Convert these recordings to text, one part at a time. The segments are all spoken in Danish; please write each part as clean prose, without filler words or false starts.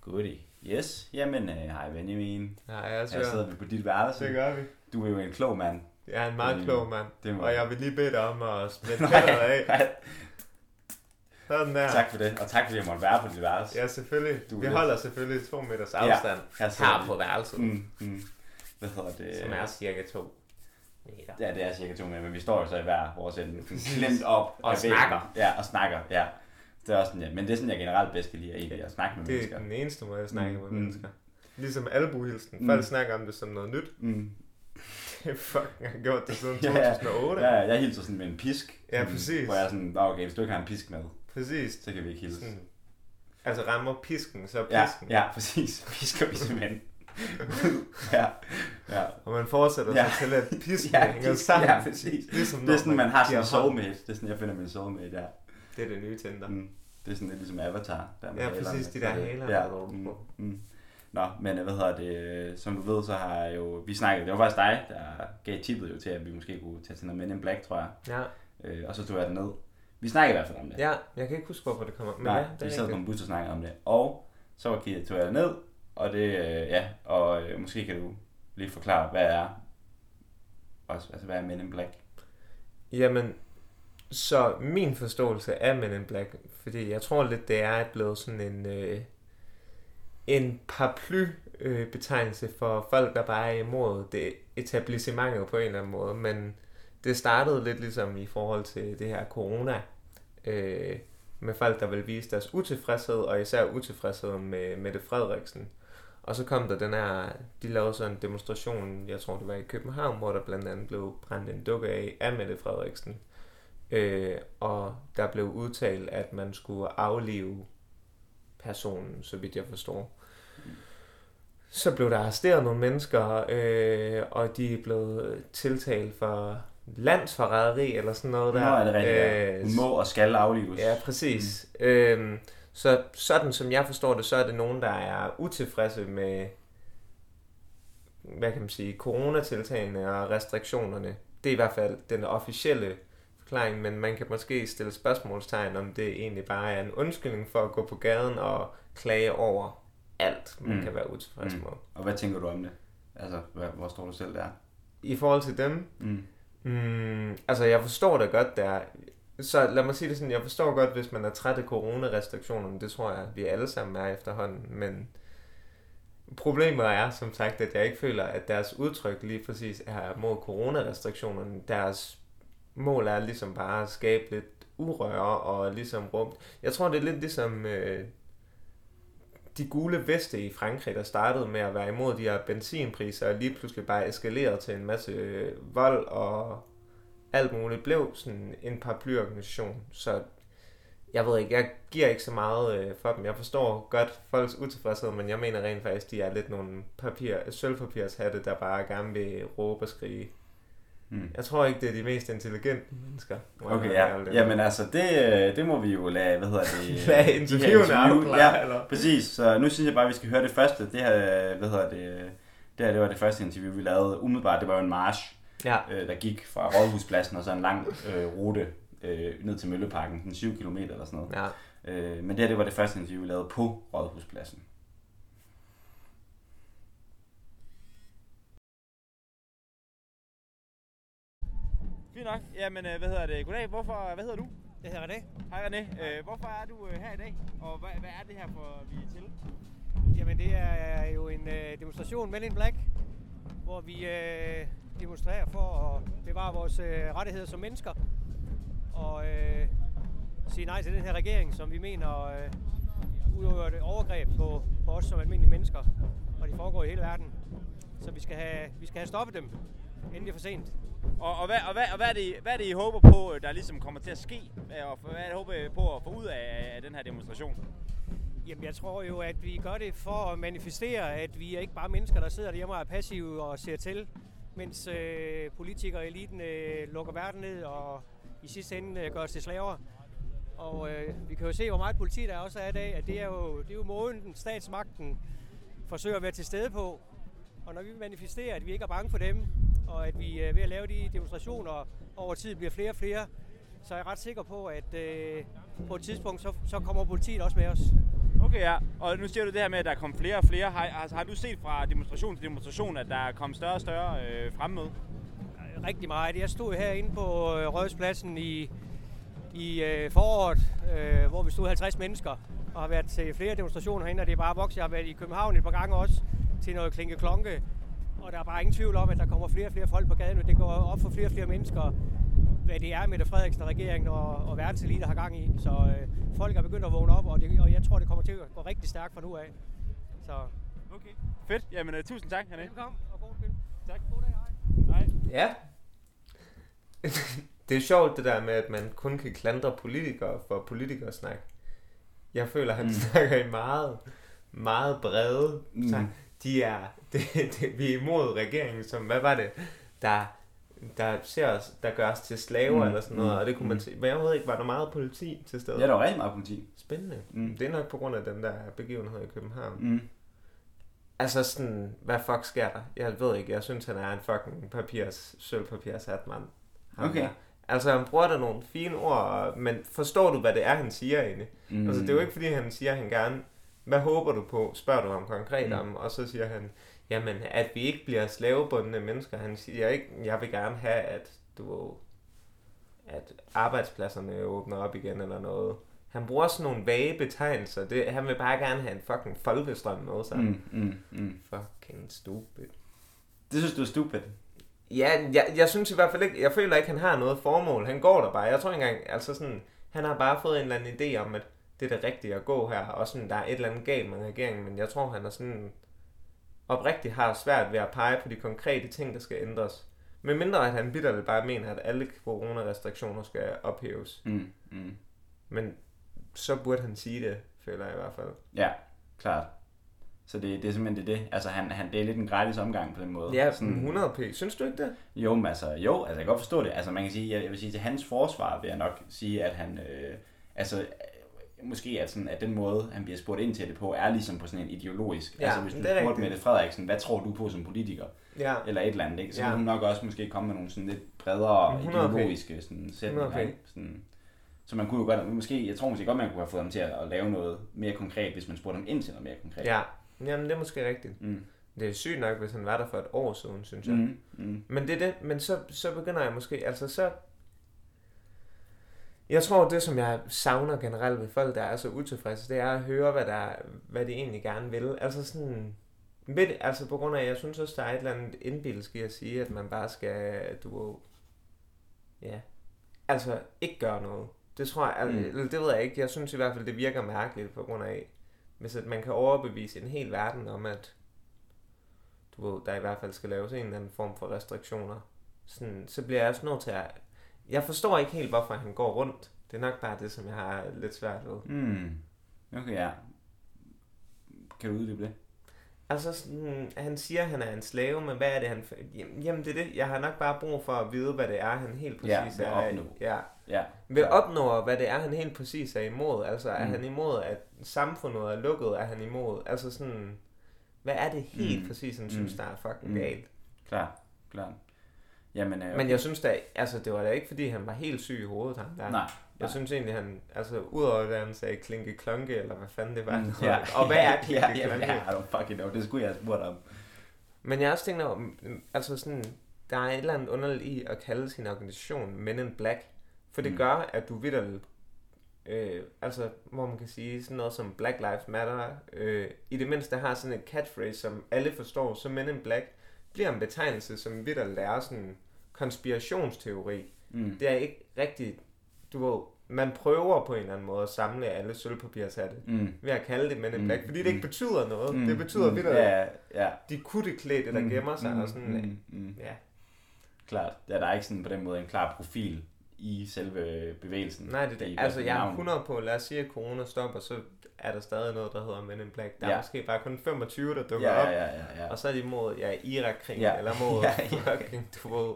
Goodie. Yes. Jamen, hej Benjamin. Ja, Her sidder vi på dit værelse. Det gør vi. Du er jo en klog mand. Jeg er en meget klog mand. Og jeg vil lige bede dig om at smitte billedet af. Sådan der. Tak for det, og tak fordi jeg måtte være på dit værelse. Ja, selvfølgelig. Vi holder selvfølgelig 2 meters afstand her på værelset. Hvad hedder det? Som er cirka 2 meter. Ja, det er cirka 2 meter, men vi står jo så i hver vores ende. Klemt op. Og snakker. Ja, og snakker, ja. Det er også sådan, ja. Men det er sådan, jeg generelt bedst kan lide at ikke at snakke med mennesker. Det er den eneste måde, jeg snakker med mennesker. Ligesom albuehilsen. Folk snakker om det som noget nyt. Det fucking har gjort det siden 2008. Ja, jeg hilser sådan med en pisk. Ja, præcis. Hvor jeg er sådan, okay, hvis du ikke har en pisk med, præcis. Så kan vi ikke hilse. Sådan, altså rammer pisken, så pisken. Ja, præcis. Pisker vi simpelthen. ja. Og man fortsætter sig til at pisken hænger sammen. Ja, præcis. Ligesom det er sådan, man har sin soulmate. Det er sådan, jeg finder min soulmate, ja. Det er det nye Tinder. Det er sådan lidt ligesom Avatar. Der ja, præcis, de der haler. Ja. Nå, men hvad hedder det, som du ved, så har jeg jo, vi snakket, det var faktisk dig, der gav tippet jo til, at vi måske kunne tage til noget Men in Black, tror jeg. Ja. Og så tog jeg det ned. Vi snakkede i hvert fald om det. Ja, jeg kan ikke huske, hvorfor det kommer. Men nej, ja, det vi sad på en bus og snakkede om det. Og så tog jeg det ned, og det, og måske kan du lige forklare, hvad er, også, altså hvad er Men in Black? Jamen, så min forståelse af Men in Black, fordi jeg tror lidt, det er blevet sådan en paraply-betegnelse for folk, der bare er imod det etablissementet på en eller anden måde, men det startede lidt ligesom i forhold til det her corona, med folk, der vil vise deres utilfredshed, og især utilfredshed med Mette Frederiksen. Og så kom der den her, de lavede sådan en demonstration, jeg tror det var i København, hvor der blandt andet blev brændt en dukke af Mette Frederiksen. Og der blev udtalt, at man skulle aflive personen, så vidt jeg forstår. Så blev der arresteret nogle mennesker, og de er blevet tiltalt for landsforræderi eller sådan noget der. Nå, er det rigtigt, hun må og skal aflives. Ja, præcis. Så sådan som jeg forstår det, så er det nogen, der er utilfredse med, hvad kan man sige, coronatiltagene og restriktionerne. Det er i hvert fald den officielle forklaring, men man kan måske stille spørgsmålstegn, om det egentlig bare er en undskyldning for at gå på gaden og klage over alt, man kan være utilfreds med. Og hvad tænker du om det? Altså, hvor står du selv der? I forhold til dem? Altså, jeg forstår det godt der. Så lad mig sige det sådan, jeg forstår godt, hvis man er træt af coronarestriktionerne, det tror jeg, vi alle sammen er efterhånden, men problemet er, som sagt, at jeg ikke føler, at deres udtryk lige præcis er mod coronarestriktionerne. Deres mål er ligesom bare at skabe lidt urøre og ligesom rum. Jeg tror, det er lidt ligesom de gule veste i Frankrig, der startede med at være imod de her benzinpriser, og lige pludselig bare eskalerede til en masse vold og alt muligt, blev sådan en paraplyorganisation. Så jeg ved ikke, jeg giver ikke så meget for dem. Jeg forstår godt folks utilfredshed, men jeg mener rent faktisk, de er lidt nogle sølvpapirshatte, der bare gerne vil råbe og skrige. Jeg tror ikke, det er de mest intelligente mennesker. Okay, ja. Jamen altså, det må vi jo lade, hvad hedder det? Lade interviewene afklare. Ja, præcis. Så nu synes jeg bare, at vi skal høre det første. Det her, hvad hedder det? Det var det første interview, vi lavede. Umiddelbart, det var jo en march, der gik fra Rådhuspladsen og så en lang rute ned til Mølleparken, den 7 kilometer eller sådan noget. Ja. Men det var det første interview, vi lavede på Rådhuspladsen. Fint nok. Jamen, hvad hedder det? Goddag. Hvad hedder du? Jeg hedder René. Hej René. Hvorfor er du her i dag? Og hvad er det her for, vi er til? Jamen, det er jo en demonstration Men in Black, hvor vi demonstrerer for at bevare vores rettigheder som mennesker. Og sige nej til den her regering, som vi mener udøver et overgreb på os som almindelige mennesker. Og de foregår i hele verden. Så vi skal have stoppet dem, inden det er for sent. Og hvad er det, I håber på, der ligesom kommer til at ske? Og hvad er det, I håber på at få ud af den her demonstration? Jamen, jeg tror jo, at vi gør det for at manifestere, at vi er ikke bare mennesker, der sidder derhjemme og er passive og ser til, mens politikere og eliten lukker verden ned og i sidste ende gør os til slaver. Og vi kan jo se, hvor meget politi der også er i dag, at det er jo måden, statsmagten forsøger at være til stede på. Og når vi manifesterer, at vi ikke er bange for dem, og at vi ved at lave de demonstrationer over tid bliver flere og flere, så er jeg ret sikker på, at på et tidspunkt, så kommer politiet også med os. Okay, ja. Og nu siger du det her med, at der kommer flere og flere. Har du set fra demonstration til demonstration, at der er kommet større og større fremmøde? Rigtig meget. Jeg stod herinde på Rådhuspladsen i foråret, hvor vi stod 50 mennesker, og har været til flere demonstrationer herinde, og det er bare vokset. Jeg har været i København et par gange også til noget klinke-klonke, og der er bare ingen tvivl om, at der kommer flere og flere folk på gaden, og det går op for flere og flere mennesker, hvad det er, Mette Frederiksen og regeringen og verdenselite har gang i. Så folk er begyndt at vågne op, og jeg tror, det kommer til at gå rigtig stærkt fra nu af. Så. Okay, fedt. Jamen, tusind tak, René. Velkommen, og god dag. Tak. God dag, hej. Ja. Det er sjovt det der med, at man kun kan klandre politikere for politikersnak. Jeg føler, at han snakker i meget, meget brede. Vi er imod regeringen, som, hvad var det, der ser os, der gør os til slaver eller sådan noget, og det kunne man se. Men jeg ved ikke, var der meget politi til stede? Ja, der var rigtig meget politi. Spændende. Det er nok på grund af den der begivenhed i København. Altså sådan, hvad fuck sker der? Jeg ved ikke, jeg synes, han er en fucking sølvpapirshat mand. Okay. Der. Altså, han bruger der nogle fine ord, men forstår du, hvad det er, han siger egentlig? Altså, det er jo ikke, fordi han siger, at han gerne, hvad håber du på, spørger du ham konkret om, og så siger han, jamen, at vi ikke bliver slavebundne mennesker. Han siger ikke, jeg vil gerne have, at arbejdspladserne åbner op igen eller noget. Han bruger sådan nogle vage betegnelser. Han vil bare gerne have en fucking folkestrøm med sig. Fucking stupid. Det synes du er stupid? Ja, jeg synes i hvert fald ikke, jeg føler ikke, han har noget formål. Han går der bare. Jeg tror ikke engang, altså sådan, han har bare fået en eller anden idé om, at det er det rigtige at gå her, og sådan, der er et eller andet galt med regeringen, men jeg tror, han er sådan oprigtigt har svært ved at pege på de konkrete ting, der skal ændres. Men mindre, at han bitterligt bare mener, at alle coronarestriktioner skal ophæves. Men så burde han sige det, føler jeg i hvert fald. Ja, klart. Så det er simpelthen det. Altså, det er lidt en gratis omgang på den måde. Ja, sådan 100p. Synes du ikke det? Jo, jeg kan godt forstå det. Altså, man kan sige, jeg vil sige, til hans forsvar vil jeg nok sige, at han, måske at den måde, han bliver spurgt ind til det på, er ligesom på sådan en ideologisk. Ja, altså, hvis du spurgte Mette Frederiksen, hvad tror du på som politiker? Ja. Eller et eller andet, ikke? Så vil hun nok også måske komme med nogle sådan lidt bredere ideologiske sådan, sætninger. Sådan, så man kunne jo godt, jeg tror måske godt, man kunne have fået ham til at lave noget mere konkret, hvis man spurgte ham ind til noget mere konkret. Ja, jamen det er måske rigtigt. Det er sygt nok, hvis han var der for et år siden, synes jeg. Men det er det, men så begynder jeg måske, altså så... Jeg tror, det som jeg savner generelt ved folk, der er så utilfredse, det er at høre, hvad de egentlig gerne vil. Altså sådan... Altså på grund af, jeg synes også, der er et eller andet indbilsk i at sige, at man bare skal, altså ikke gøre noget. Det tror jeg, eller det ved jeg ikke. Jeg synes i hvert fald, det virker mærkeligt på grund af, hvis at man kan overbevise en hel verden om, at der i hvert fald skal laves en eller anden form for restriktioner. Sådan, så bliver jeg også nødt til at... Jeg forstår ikke helt, hvorfor han går rundt. Det er nok bare det, som jeg har lidt svært ved. Okay, ja. Kan du uddybe det? Altså, sådan, han siger, at han er en slave, men hvad er det, han... Jamen, det er det. Jeg har nok bare brug for at vide, hvad det er, han helt præcis er... Opnå. Vil opnå, hvad det er, han helt præcis er imod. Altså, er han imod, at samfundet er lukket? Er han imod? Altså sådan... Hvad er det helt præcis, han synes, der er fucking galt? Klart. Jamen, men jeg synes da... Altså, det var da ikke, fordi han var helt syg i hovedet, han der. Nej. Jeg synes egentlig, han... Altså, udover det, han sagde klinke-klonke, eller hvad fanden det var. Og hvad er klinke-klonke? Ja, I don't fucking know. Det skulle jeg have spurgt om. Men jeg har også tænkt over... Altså sådan... Der er et eller andet underligt i at kalde sin organisation Men in Black. For det gør, at du vitterligt... altså, hvor man kan sige sådan noget som Black Lives Matter. I det mindste har sådan et catchphrase, som alle forstår. Så Men in Black bliver en betegnelse, som vitterligt er sådan konspirationsteori. Det er ikke rigtigt... man prøver på en eller anden måde at samle alle sølvpapirshatte ved at kalde det Men in Black, fordi det ikke betyder noget. Det betyder vitterligt, de kutteklædte, der gemmer sig og sådan, Klart. Ja, der er ikke sådan på den måde en klar profil i selve bevægelsen. Nej, det. Altså, jeg er 100 på, lad os sige, at corona stopper, så er der stadig noget, der hedder Men in Black. Der er måske bare kun 25, der dukker op, og så er de mod Irak-krigen, eller mod fucking,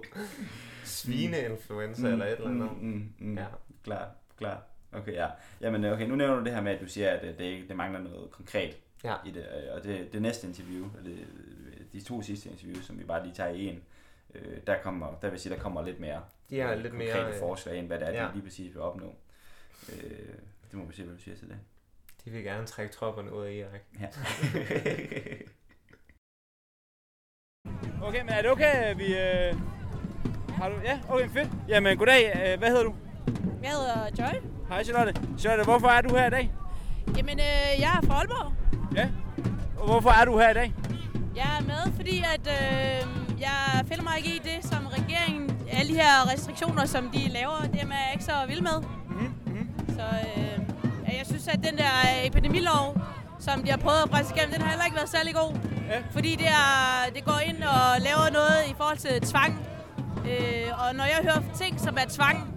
svineinfluenza, eller et eller andet. Klart. Okay, ja. Jamen, okay, nu nævner du det her med, at du siger, at det mangler noget konkret i det. Og det næste interview, de 2 sidste interviews, som vi bare lige tager i en, der vil sige, der kommer lidt mere konkrete forslag ind, hvad det er, de lige præcis vil opnå. Det må vi se, hvad du siger til det. De vil gerne trække tropperne ud af Irak. Ja. Okay, men er det okay, vi... Har du... Ja, okay, fedt. Jamen, goddag. Hvad hedder du? Jeg hedder Joy. Hej, Charlotte. Charlotte, hvorfor er du her i dag? Jamen, jeg er fra Aalborg. Ja. Og hvorfor er du her i dag? Jeg er med, fordi at jeg finder mig ikke i det, som regeringen, alle de her restriktioner, som de laver, det er jeg ikke så vild med. Så jeg synes, at den der epidemilov, som de har prøvet at presse igennem, den har heller ikke været særlig god. Ja. Fordi det går ind og laver noget i forhold til tvang. Og når jeg hører ting, som er tvang,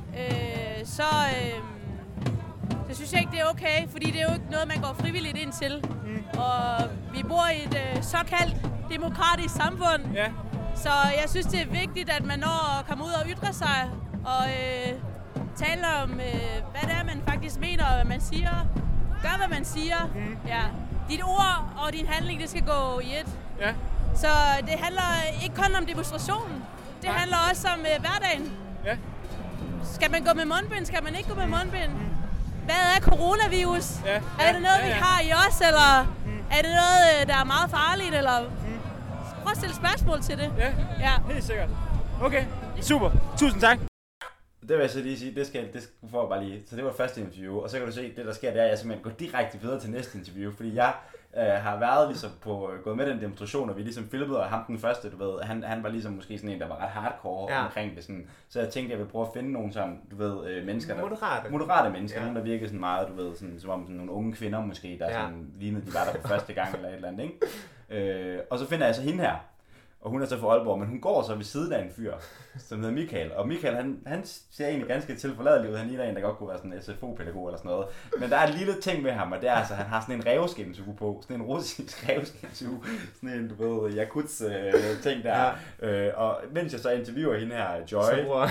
så synes jeg ikke, det er okay, fordi det er jo ikke noget, man går frivilligt ind til. Og vi bor i et såkaldt demokratisk samfund, så jeg synes, det er vigtigt, at man når at komme ud og ytre sig og tale om, hvad det er, man faktisk mener, og hvad man siger. Gør, hvad man siger. Ja. Dit ord og din handling, det skal gå i et. Ja. Så det handler ikke kun om demonstrationen. Det handler også om hverdagen. Ja. Skal man gå med mundbind? Skal man ikke gå med mundbind? Hvad er coronavirus? Ja. Er det noget, vi har i os, eller er det noget, der er meget farligt? Eller prøv at stille spørgsmål til det. Ja, helt sikkert. Okay, super. Tusind tak. Det vil jeg så lige sige, det får jeg bare lige. Så det var første interview, og så kan du se, det der sker, det er, at jeg simpelthen går direkte videre til næste interview, fordi jeg har været ligesom gået med den demonstration, og vi ligesom filmede, og ham den første, du ved, han var ligesom måske sådan en, der var ret hardcore omkring det sådan. Så jeg tænkte, jeg vil prøve at finde nogle sådan, du ved, mennesker, moderate mennesker, nogen der virkede sådan meget, du ved, sådan, som om sådan nogle unge kvinder måske, der sådan lignede, de var der for første gang eller et eller andet, ikke? Og så finder jeg så hende her. Og hun er så fra Aalborg, men hun går så ved siden af en fyr, som hedder Michael. Og Michael, han ser egentlig ganske tilforladelig ud. Han ligner en, der godt kunne være sådan en SFO-pædagog eller sådan noget. Men der er en lille ting med ham, og det er altså, han har sådan en ræveskindshue på. Sådan en russisk ræveskindshue. Sådan en, du ved, Yakuts ting der. Ja. Og mens jeg så interviewer hende her, Joy,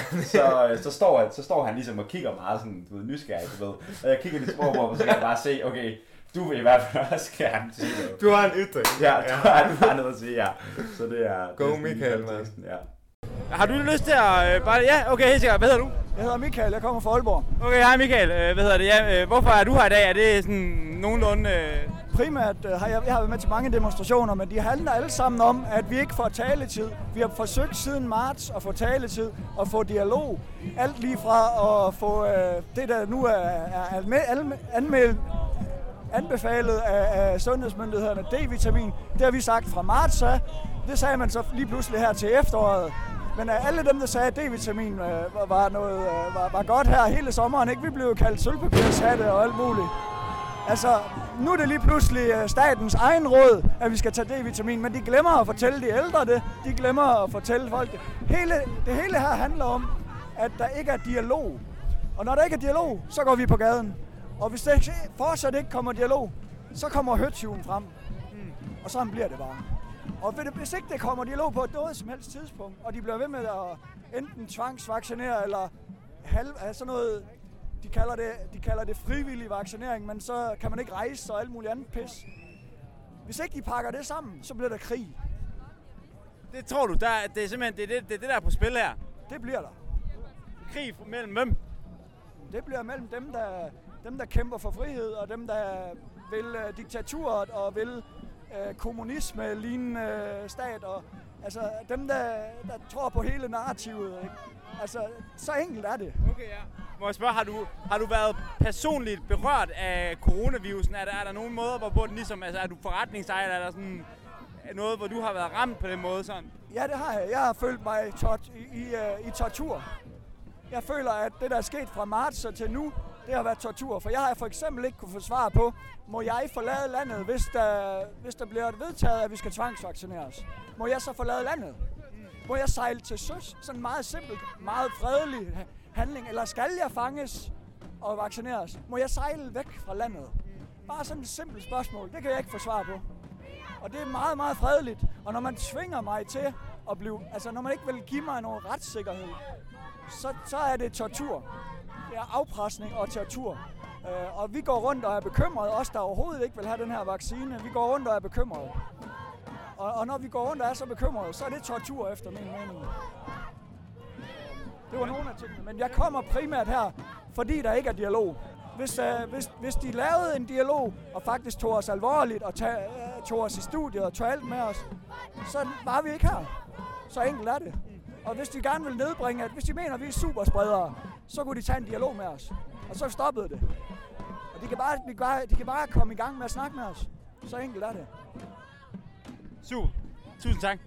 så står han ligesom og kigger meget sådan, du ved, nysgerrig, du ved. Og jeg kigger lidt på, og så kan jeg bare se, okay, du vil i hvert fald også gerne sige noget. Du har en ytring. Ja, du har noget at sige, ja. Så det er... Go Michael, man. Ja. Har du lyst til at bare... Ja, okay, helt sikkert. Hvad hedder du? Jeg hedder Michael, jeg kommer fra Aalborg. Okay, hej Michael. Hvad hedder det? Ja, hvorfor er du her i dag? Er det sådan nogenlunde... Primært har jeg været med til mange demonstrationer, men de handler alle sammen om, at vi ikke får taletid. Vi har forsøgt siden marts at få taletid og få dialog. Alt lige fra at få det, der nu er anbefalet af sundhedsmyndighederne, D-vitamin. Det har vi sagt fra marts af. Det sagde man så lige pludselig her til efteråret. Men alle dem, der sagde, at D-vitamin var godt her hele sommeren, ikke? Vi blev jo kaldt sølvpapirshatte og alt muligt. Altså, nu er det lige pludselig statens egen råd, at vi skal tage D-vitamin, men de glemmer at fortælle de ældre det. De glemmer at fortælle folk det. Det hele her handler om, at der ikke er dialog. Og når der ikke er dialog, så går vi på gaden. Og hvis der fortsat ikke kommer dialog, så kommer høtyven frem. Og sådan bliver det bare. Og hvis ikke det kommer dialog på noget som helst tidspunkt, og de bliver ved med at enten tvangsvaccinere eller sådan noget, de kalder det frivillig vaccinering, men så kan man ikke rejse og alt muligt andet pis. Hvis ikke de pakker det sammen, så bliver der krig. Det tror du, det er simpelthen det der er på spil her? Det bliver der. Krig mellem hvem? Det bliver mellem dem, der kæmper for frihed, og dem, der vil diktaturet og vil kommunisme, lignende stat, og altså dem, der tror på hele narrativet. Ikke? Altså, så enkelt er det. Okay, ja. Må jeg spørge, har du været personligt berørt af coronavirusen? Er der nogen måder, hvor den ligesom, altså er du forretningsejer, eller er der sådan noget, hvor du har været ramt på den måde sådan? Ja, det har jeg. Jeg har følt mig i tortur. Jeg føler, at det, der er sket fra marts til nu, det har været tortur. For jeg har for eksempel ikke kunne få svar på, må jeg forlade landet, hvis der bliver vedtaget, at vi skal tvangsvaccineres? Må jeg så forlade landet? Må jeg sejle til søs? Sådan en meget simpelt, meget fredelig handling. Eller skal jeg fanges og vaccineres? Må jeg sejle væk fra landet? Bare sådan et simpelt spørgsmål. Det kan jeg ikke få svar på. Og det er meget, meget fredeligt. Og når man tvinger mig til at blive... Altså, når man ikke vil give mig noget retssikkerhed, så er det tortur. Det er afpresning og tortur. Og vi går rundt og er bekymrede. Os, der overhovedet ikke vil have den her vaccine, vi går rundt og er bekymrede. Og når vi går rundt og er så bekymrede, så er det tortur efter min mening. Det var nogle af tingene. Men jeg kommer primært her, fordi der ikke er dialog. hvis de lavede en dialog, og faktisk tog os alvorligt, og tog os i studiet og tog alt med os, så var vi ikke her. Så enkelt er det. Og hvis de gerne vil nedbringe, at hvis de mener, at vi er superspredere, så kunne de tage en dialog med os. Og så stoppede det. Og de kan bare komme i gang med at snakke med os. Så enkelt er det. Super. Tusind tak.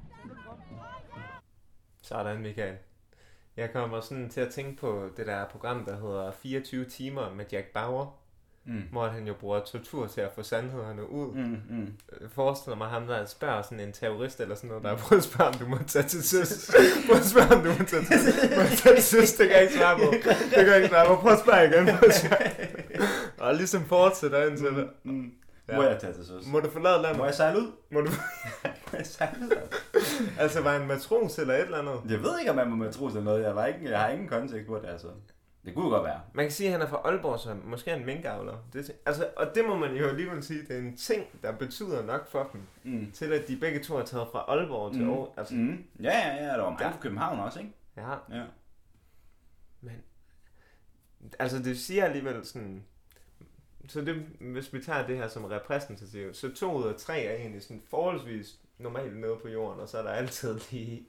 Sådan, Michael. Jeg kommer sådan til at tænke på det der program, der hedder 24 timer med Jack Bauer. Hvor han jo bruger tortur til at få sandhederne ud. Forestiller mig ham, der spørger sådan en terrorist eller sådan noget, der prøver at spørge, om du må tage til søs. Prøv at spørge, om du må tage til søs. Det kan jeg ikke svare på. Prøv at spørge igen. Og ligesom fortsætter indtil det. Ja. Må jeg tage til søs? Må du forlade landet? Må jeg sejle ud? Må jeg sejle ud? Altså, var en matros eller et eller andet? Jeg ved ikke, om man må matros eller noget. Jeg har ingen kontekst på det, altså. Det kunne godt være. Man kan sige, at han er fra Aalborg, så måske er en minkavler. Og det må man jo alligevel sige, det er en ting, der betyder nok for dem, til at de begge to er taget fra Aalborg til Aarhus. Altså, Ja, der var mange fra København også, ikke? Ja. Men, altså det siger alligevel sådan, så det, hvis vi tager det her som repræsentativt, så 2 ud af 3 er egentlig sådan forholdsvis normalt nede på jorden, og så er der altid lige,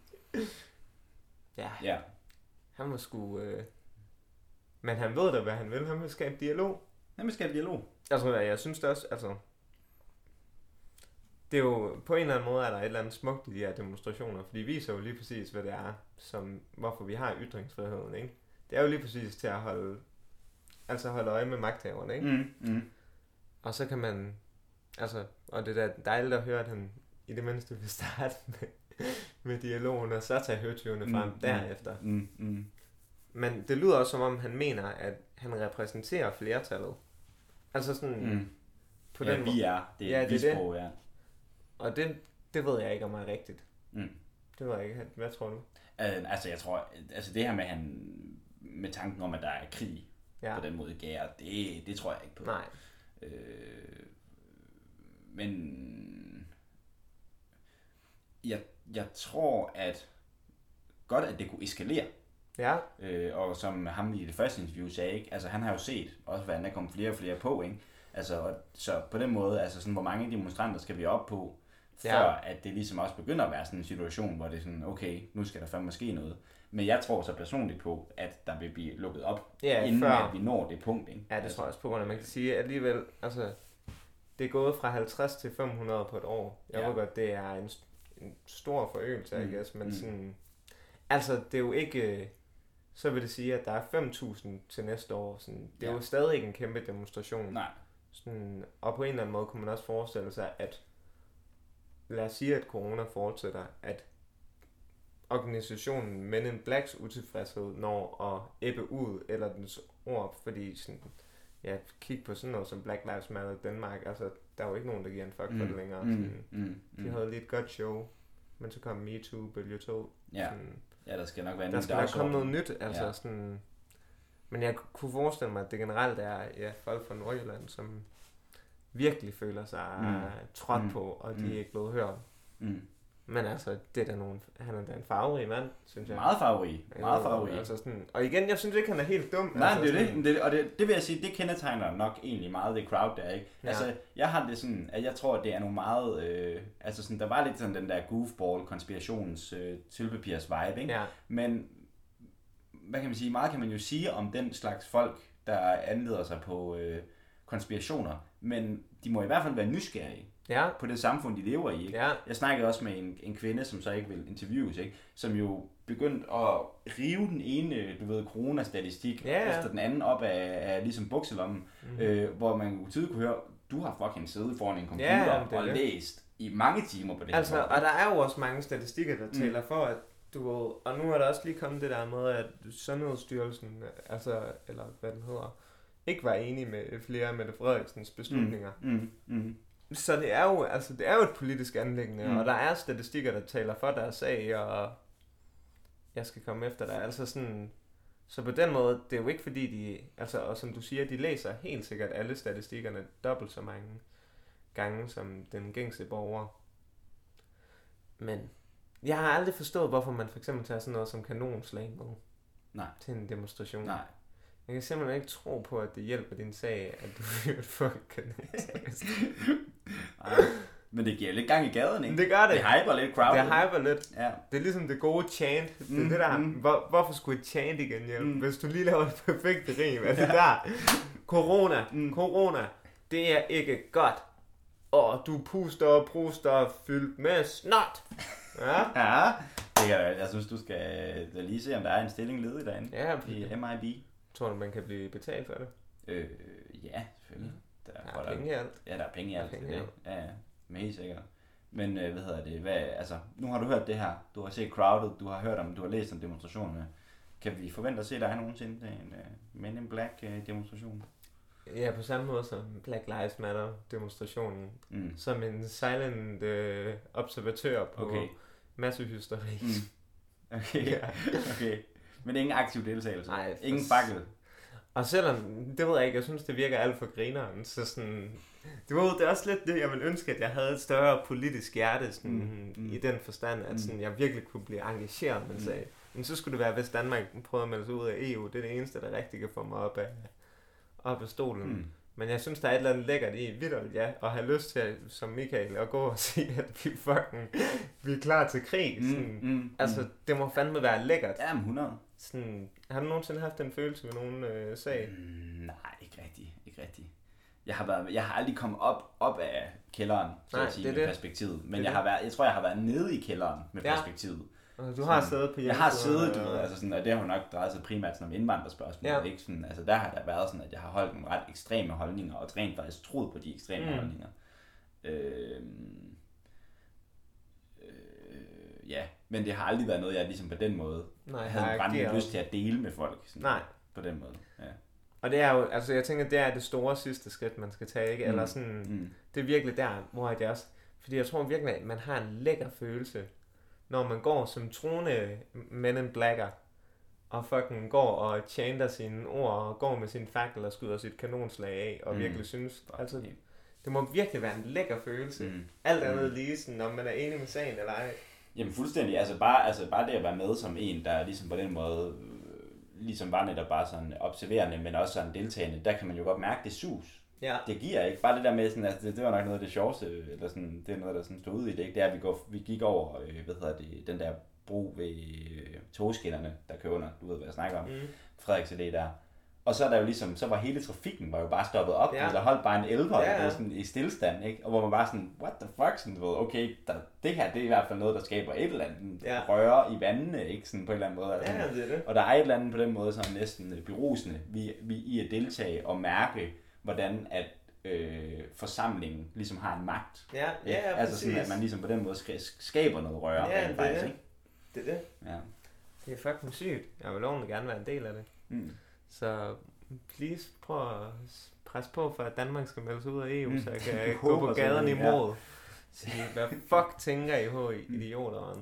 han må sgu... Men han ved da, hvad han vil. Han vil skabe dialog. Altså, jeg synes det også, altså... Det er jo, på en eller anden måde er der et eller andet smukt i de her demonstrationer, for de viser jo lige præcis, hvad det er, hvorfor vi har ytringsfriheden, ikke? Det er jo lige præcis til at holde øje med magthaverne, ikke? Og så kan man, altså, og det er dejligt at høre, at han i det mindste vil starte med dialogen, og så tage højtyvene frem derefter. Men det lyder også som om, han mener, at han repræsenterer flertallet. Altså sådan... På den måde. Vi er. Det er visprog, ja. Og det ved jeg ikke, om er rigtigt. Det ved jeg ikke. Hvad tror du? Altså, jeg tror... Altså, det her med tanken om, at der er krig på den måde gære, det tror jeg ikke på. Nej. Men... Jeg tror, at... Godt, at det kunne eskalere. Ja. Og som ham i det første interview sagde, ikke? Altså han har jo set også, hvordan der kommer flere og flere på, ikke? Altså, så på den måde, altså sådan, hvor mange demonstranter skal vi op på, før at det ligesom også begynder at være sådan en situation, hvor det er sådan, okay, nu skal der fandme ske noget. Men jeg tror så personligt på, at der vil blive lukket op, inden at vi når det punkt, ikke? Ja, det tror jeg også på grund af, man kan sige, at alligevel, altså, det er gået fra 50 til 500 på et år. Jeg ved godt, det er en stor forøgelse, I guess, men sådan, altså, det er jo ikke... Så vil det sige, at der er 5.000 til næste år. Sådan, det er jo stadig ikke en kæmpe demonstration. Nej. Sådan, og på en eller anden måde kunne man også forestille sig, at lad os sige, at corona fortsætter, at organisationen Men in Blacks utilfredshed når at ebbe ud, eller dens ord, fordi sådan, kig på sådan noget som Black Lives Matter i Danmark, altså der er jo ikke nogen, der giver en fuck for det længere. De havde lige et godt show, men så kom MeToo, bølge 2. Ja, der skal nok være en der skal nok komme noget nyt, altså sådan... Men jeg kunne forestille mig, at det generelt er folk fra Nordjylland, som virkelig føler sig trådt på, og de er ikke blevet hørt. Men altså, det er han er da en farverig mand, synes jeg. Meget farverig. Altså sådan, og igen, jeg synes ikke, han er helt dum. Nej, altså, det, og det vil jeg sige, det kendetegner nok egentlig meget det crowd der, ikke? Ja. Altså, jeg har det sådan, at jeg tror, at det er nogle meget, altså sådan, der var lidt sådan den der goofball konspirations sølvpapirs vibe, ikke? Ja. Men, hvad kan man sige, meget kan man jo sige om den slags folk, der anleder sig på konspirationer, men de må i hvert fald være nysgerrige. Ja. På det samfund, de lever i. Ikke? Ja. Jeg snakkede også med en kvinde, som så ikke vil interviews, ikke? Som jo begyndte at rive den ene, coronastatistik efter den anden op af ligesom bukselommen, hvor man jo tydeligt kunne høre, du har fucking siddet foran en computer og læst i mange timer på det altså, her. Og der er jo også mange statistikker, der taler for, at og nu er der også lige kommet det der med, at Sundhedsstyrelsen, altså, eller hvad den hedder, ikke var enig med flere af Mette Frederiksens beslutninger. Så det er jo et politisk anliggende, og der er statistikker, der taler for deres sag, og jeg skal komme efter dig. Altså sådan, så på den måde, det er jo ikke fordi de, altså, og som du siger, de læser helt sikkert alle statistikkerne dobbelt så mange gange som den gængse borger. Men jeg har aldrig forstået, hvorfor man for eksempel tager sådan noget som kanonslag med til en demonstration. Nej. Jeg kan simpelthen ikke tro på, at det hjælper din sag, at du hører folk kanadisk. Men det giver lidt gang i gaderne, ikke? Det gør det. Det hyper lidt crowded. Det hyper lidt. Ja. Det er ligesom det gode chant. Det er det der, hvorfor skulle et chant igen hjælpe? Hvis du lige laver det perfekte rim, er det der. Corona, det er ikke godt. Og du puster og pruster fyldt med snot. Ja. Jeg synes, du skal lige se, om der er en stilling ledig derinde i MIB. Tror du, man kan blive betalt for det? Ja, selvfølgelig. Der er penge i alt. Ja, der er penge i alt. Ja, men helt sikkert. Men nu har du hørt det her. Du har set crowded, du har hørt om, du har læst om demonstrationerne. Kan vi forvente at se dig nogensinde til en Men in Black demonstration? Ja, på samme måde som Black Lives Matter demonstrationen. Som en silent observatør på massehysteri. Okay. Men ingen aktiv deltagelse? Nej. Ingen fakkel? Og selvom, det ved jeg ikke, jeg synes det virker alt for grineren, så sådan, det er også lidt det, jeg ville ønske, at jeg havde et større politisk hjerte sådan, i den forstand, at sådan, jeg virkelig kunne blive engageret med sag. Men så skulle det være, hvis Danmark prøvede at melde sig ud af EU, det er det eneste, der rigtig kan få mig op af stolen. Men jeg synes, der er et eller andet lækkert i, vitterligt at have lyst til, som Michael, at gå og sige, at vi er klar til krig. Altså, det må fandme være lækkert. Ja, 100. Sådan, har du nogensinde haft den følelse ved nogen sag? Nej, ikke rigtig. Jeg har aldrig kommet op af kælderen, så at sige, med perspektivet. Men jeg tror, jeg har været nede i kælderen med perspektivet. Du har siddet på hjemmesiden? Jeg har siddet, du ved, altså sådan, og det har jo nok drejet sig primært om indvandrerspørgsmål. Ikke? Sådan, altså der har der været sådan, at jeg har holdt nogle ret ekstreme holdninger, og rent faktisk troet på de ekstreme holdninger. Men det har aldrig været noget, jeg ligesom på den måde havde brændende lyst til at dele med folk. Sådan, på den måde, ja. Og det er jo, altså jeg tænker, det er det store sidste skridt, man skal tage, ikke? Eller sådan, det er virkelig der, hvor jeg også, fordi jeg tror virkelig, at man har en lækker følelse, når man går som troende Men in Blacker, og fucking går og chanter sine ord, og går med sin fakkel og skyder sit kanonslag af, og virkelig synes, altså, det må virkelig være en lækker følelse. Alt andet lige sådan, om man er enig med sagen eller ej. Jamen fuldstændig, altså bare det at være med som en, der ligesom på den måde, ligesom var netop bare sådan observerende, men også sådan deltagende, der kan man jo godt mærke det sus. Ja. Det giver ikke. Bare det der med, sådan, altså, det var nok noget af det sjoveste, eller sådan, det er noget, der sådan stod ud i det, ikke? Det er, at vi gik over, den der bro ved togskinnerne, der kører under, du ved, hvad jeg snakker om, Frederiks Allé der. Og så er der jo ligesom, så var hele trafikken var jo bare stoppet op, der holdt bare en elver sådan i stillstand, ikke? Og hvor man bare sådan, what the fuck, sådan, du ved, okay, det her, det er i hvert fald noget, der skaber et eller andet røre i vandene, ikke? Sådan på en eller anden måde. Altså, det er det. Og der er et eller andet på den måde, sådan næsten berusende, vi i at deltage og mærke, hvordan at forsamlingen ligesom har en magt. Altså sådan, at man ligesom på den måde skaber noget røre. Ja, det er det. Det er det. Ja. Det er fucking sygt. Jeg vil lovende gerne være en del af det. Så please prøv at presse på for, at Danmark skal melde sig ud af EU, så jeg kan gå på gaden imod. Så hvad fuck tænker I på, idioter?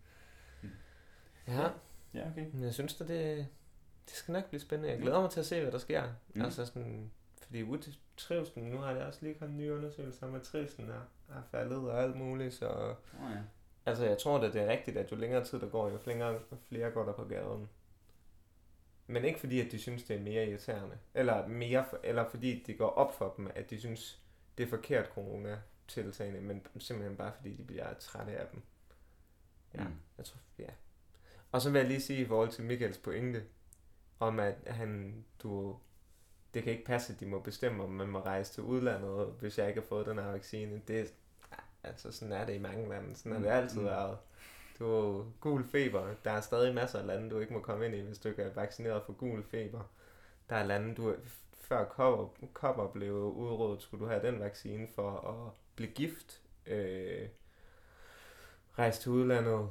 Ja, okay. Men jeg synes det skal nok blive spændende. Jeg glæder mig til at se, hvad der sker. Altså sådan, fordi trivslen, nu har jeg også lige kommet nye undersøgelser om, at trivslen er faldet og alt muligt, så altså jeg tror det er rigtigt, at jo længere tid der går, jo flere går der på gaden. Men ikke fordi, at de synes, det er mere irriterende. Eller fordi det går op for dem, at de synes, det er forkert corona-tiltagende, men simpelthen bare fordi, de bliver trætte af dem. Ja, jeg tror, Og så vil jeg lige sige i forhold til Michaels pointe, om at det kan ikke passe, at de må bestemme, om man må rejse til udlandet, hvis jeg ikke har fået den her vaccine. Altså sådan er det i mange lande. Sådan har det altid været. Du har gul feber. Der er stadig masser af lande, du ikke må komme ind i, hvis du ikke er vaccineret for gul feber. Der er lande, før kopper blev udryddet, skulle du have den vaccine for at blive gift. Rejse til udlandet.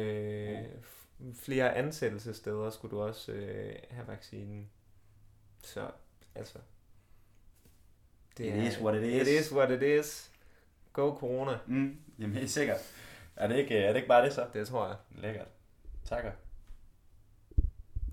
Flere ansættelsessteder skulle du også have vaccinen. Så, altså... It is what it is. It is what it is. Go corona. Jamen helt sikkert. Er det ikke bare det så? Det tror jeg. Lækkert. Takker.